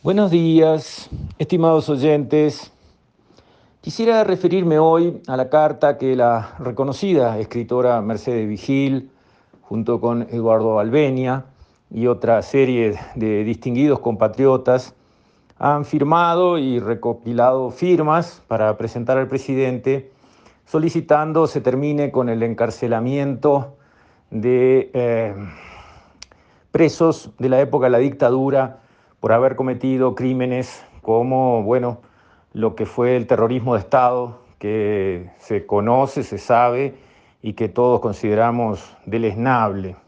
Buenos días, estimados oyentes. Quisiera referirme hoy a la carta que la reconocida escritora Mercedes Vigil, junto con Eduardo Albeña y otra serie de distinguidos compatriotas, han firmado y recopilado firmas para presentar al presidente solicitando se termine con el encarcelamiento de presos de la época de la dictadura por haber cometido crímenes como, bueno, lo que fue el terrorismo de Estado, que se conoce, se sabe y que todos consideramos deleznable.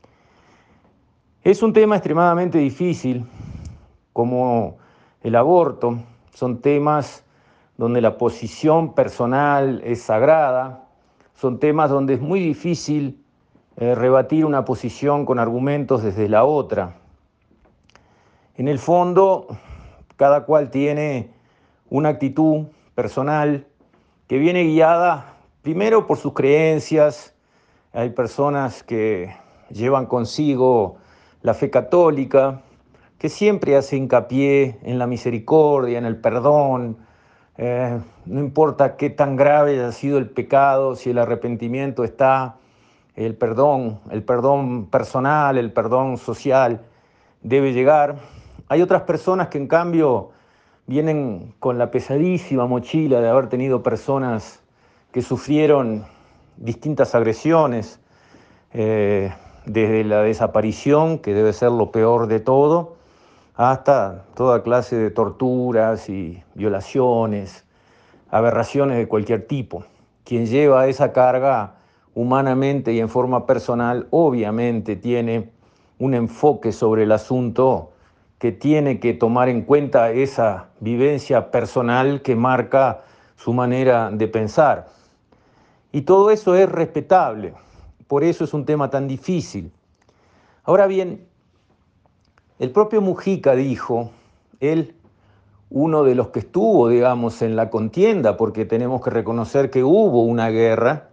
Es un tema extremadamente difícil, como el aborto. Son temas donde la posición personal es sagrada, son temas donde es muy difícil rebatir una posición con argumentos desde la otra. En el fondo, cada cual tiene una actitud personal que viene guiada primero por sus creencias. Hay personas que llevan consigo la fe católica, que siempre hace hincapié en la misericordia, en el perdón. No importa qué tan grave haya sido el pecado, si el arrepentimiento está, el perdón personal, el perdón social debe llegar. Hay otras personas que en cambio vienen con la pesadísima mochila de haber tenido personas que sufrieron distintas agresiones, desde la desaparición, que debe ser lo peor de todo, hasta toda clase de torturas y violaciones, aberraciones de cualquier tipo. Quien lleva esa carga humanamente y en forma personal, obviamente tiene un enfoque sobre el asunto que tiene que tomar en cuenta esa vivencia personal que marca su manera de pensar. Y todo eso es respetable, por eso es un tema tan difícil. Ahora bien, el propio Mujica dijo, él, uno de los que estuvo, digamos, en la contienda, porque tenemos que reconocer que hubo una guerra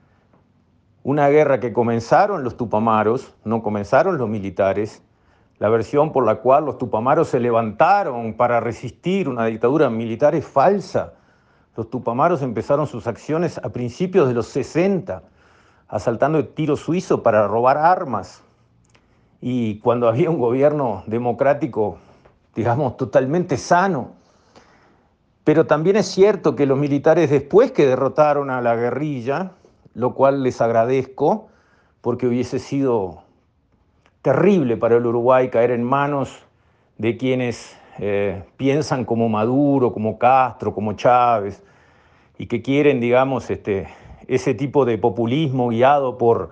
que comenzaron los tupamaros, no comenzaron los militares. La versión por la cual los tupamaros se levantaron para resistir una dictadura militar es falsa. Los tupamaros empezaron sus acciones a principios de los 60, asaltando el tiro suizo para robar armas. Y cuando había un gobierno democrático, digamos, totalmente sano. Pero también es cierto que los militares, después que derrotaron a la guerrilla, lo cual les agradezco, porque hubiese sido terrible para el Uruguay caer en manos de quienes piensan como Maduro, como Castro, como Chávez, y que quieren, digamos, ese tipo de populismo guiado por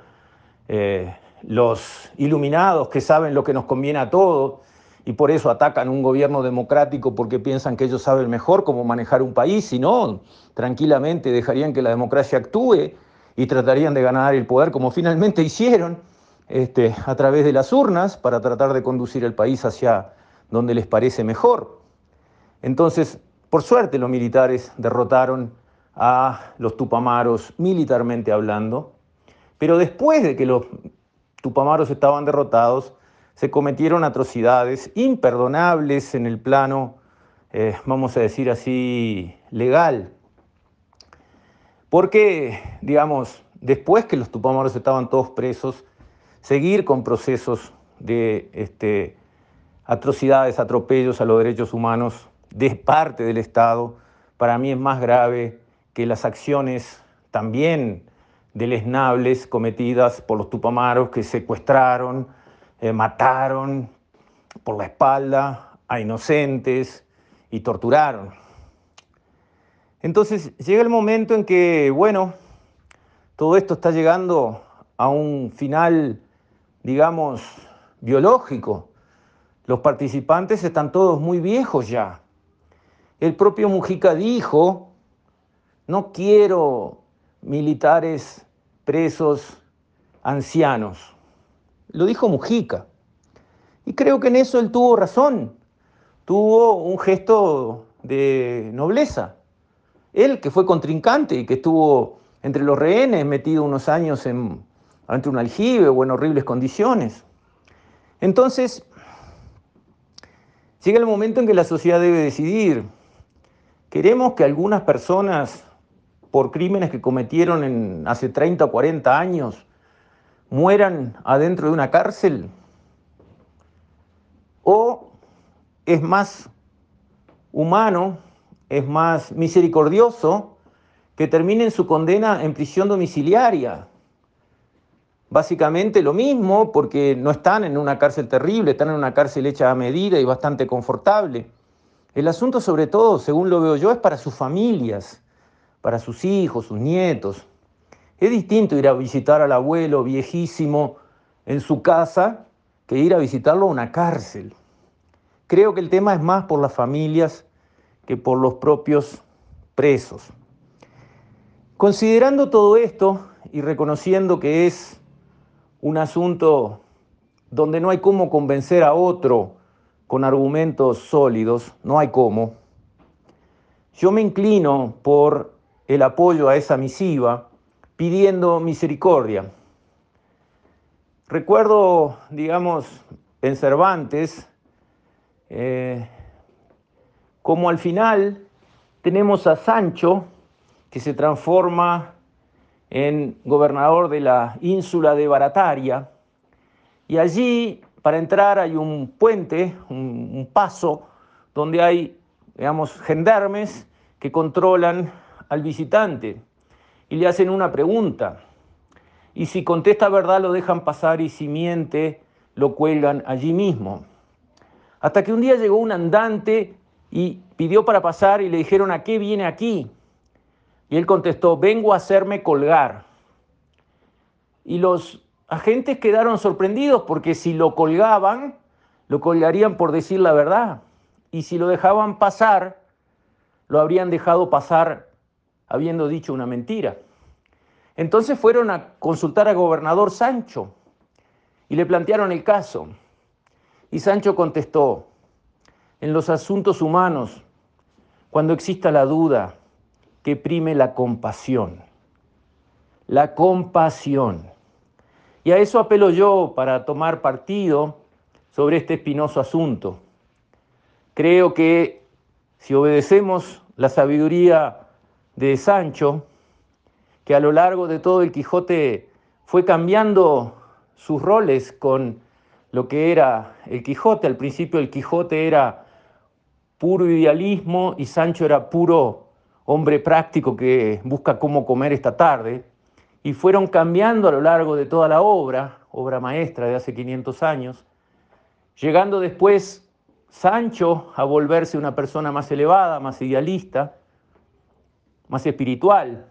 los iluminados que saben lo que nos conviene a todos y por eso atacan un gobierno democrático porque piensan que ellos saben mejor cómo manejar un país. Si no, tranquilamente dejarían que la democracia actúe y tratarían de ganar el poder como finalmente hicieron, a través de las urnas, para tratar de conducir el país hacia donde les parece mejor. Entonces, por suerte, los militares derrotaron a los tupamaros militarmente hablando, pero después de que los tupamaros estaban derrotados, se cometieron atrocidades imperdonables en el plano, vamos a decir así, legal. Porque, digamos, después que los tupamaros estaban todos presos, seguir con procesos de atrocidades, atropellos a los derechos humanos de parte del Estado, para mí es más grave que las acciones también deleznables cometidas por los tupamaros que secuestraron, mataron por la espalda a inocentes y torturaron. Entonces llega el momento en que, bueno, todo esto está llegando a un final, digamos, biológico. Los participantes están todos muy viejos ya. El propio Mujica dijo, no quiero militares presos ancianos. Lo dijo Mujica. Y creo que en eso él tuvo razón. Tuvo un gesto de nobleza. Él, que fue contrincante y que estuvo entre los rehenes, metido unos años entre un aljibe o en horribles condiciones. Entonces, Llega el momento en que la sociedad debe decidir. ¿Queremos que algunas personas, por crímenes que cometieron hace 30 o 40 años, mueran adentro de una cárcel? ¿O es más humano, es más misericordioso que terminen su condena en prisión domiciliaria? Básicamente lo mismo, porque no están en una cárcel terrible, están en una cárcel hecha a medida y bastante confortable. El asunto, sobre todo, según lo veo yo, es para sus familias, para sus hijos, sus nietos. Es distinto ir a visitar al abuelo viejísimo en su casa que ir a visitarlo a una cárcel. Creo que el tema es más por las familias que por los propios presos. Considerando todo esto y reconociendo que es un asunto donde no hay cómo convencer a otro con argumentos sólidos, no hay cómo, yo me inclino por el apoyo a esa misiva pidiendo misericordia. Recuerdo, digamos, en Cervantes, como al final tenemos a Sancho, que se transforma en gobernador de la ínsula de Barataria, y allí, para entrar, hay un puente, un paso, donde hay, digamos, gendarmes que controlan al visitante y le hacen una pregunta. Y si contesta verdad, lo dejan pasar, y si miente, lo cuelgan allí mismo. Hasta que un día llegó un andante y pidió para pasar, y le dijeron: ¿a qué viene aquí? Y él contestó: vengo a hacerme colgar. Y los agentes quedaron sorprendidos, porque si lo colgaban, lo colgarían por decir la verdad. Y si lo dejaban pasar, lo habrían dejado pasar habiendo dicho una mentira. Entonces fueron a consultar al gobernador Sancho y le plantearon el caso. Y Sancho contestó: en los asuntos humanos, cuando exista la duda, que prime la compasión. La compasión. Y a eso apelo yo para tomar partido sobre este espinoso asunto. Creo que si obedecemos la sabiduría de Sancho, que a lo largo de todo el Quijote fue cambiando sus roles con lo que era el Quijote. Al principio el Quijote era puro idealismo y Sancho era puro hombre práctico que busca cómo comer esta tarde. Y fueron cambiando a lo largo de toda la obra maestra de hace 500 años, llegando después Sancho a volverse una persona más elevada, más idealista, más espiritual,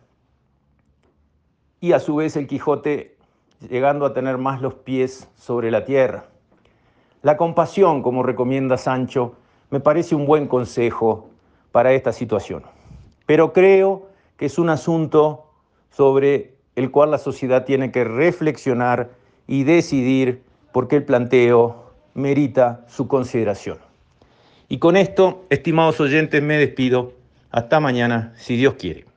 y a su vez el Quijote llegando a tener más los pies sobre la tierra. La compasión, como recomienda Sancho, me parece un buen consejo para esta situación. Pero creo que es un asunto sobre el cual la sociedad tiene que reflexionar y decidir, porque el planteo merita su consideración. Y con esto, estimados oyentes, me despido. Hasta mañana, si Dios quiere.